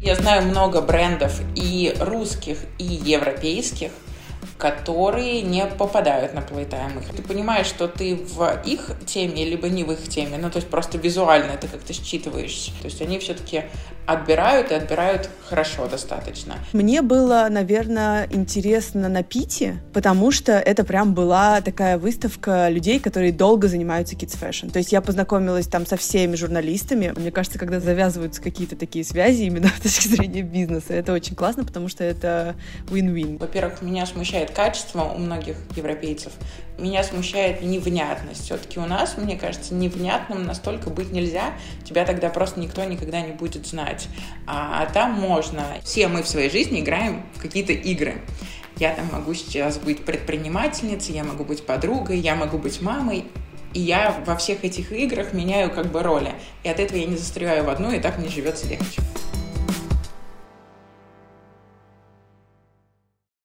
Я знаю много брендов и русских, и европейских, которые не попадают на Playtime. Ты понимаешь, что ты в их теме, либо не в их теме, то есть просто визуально это как-то считываешь. То есть они все-таки отбирают и отбирают хорошо достаточно. Мне было, наверное, интересно на Пите, потому что это прям была такая выставка людей, которые долго занимаются kids fashion. То есть я познакомилась там со всеми журналистами. Мне кажется, когда завязываются какие-то такие связи именно с точки зрения бизнеса, это очень классно, потому что это win-win. Во-первых, меня смущает качество у многих европейцев. Меня смущает невнятность. Все-таки у нас, мне кажется, невнятным настолько быть нельзя. Тебя тогда просто никто никогда не будет знать. А там можно. Все мы в своей жизни играем в какие-то игры. Я там могу сейчас быть предпринимательницей, я могу быть подругой, я могу быть мамой. И я во всех этих играх меняю как бы роли. И от этого я не застреваю в одной, и так мне живется легче.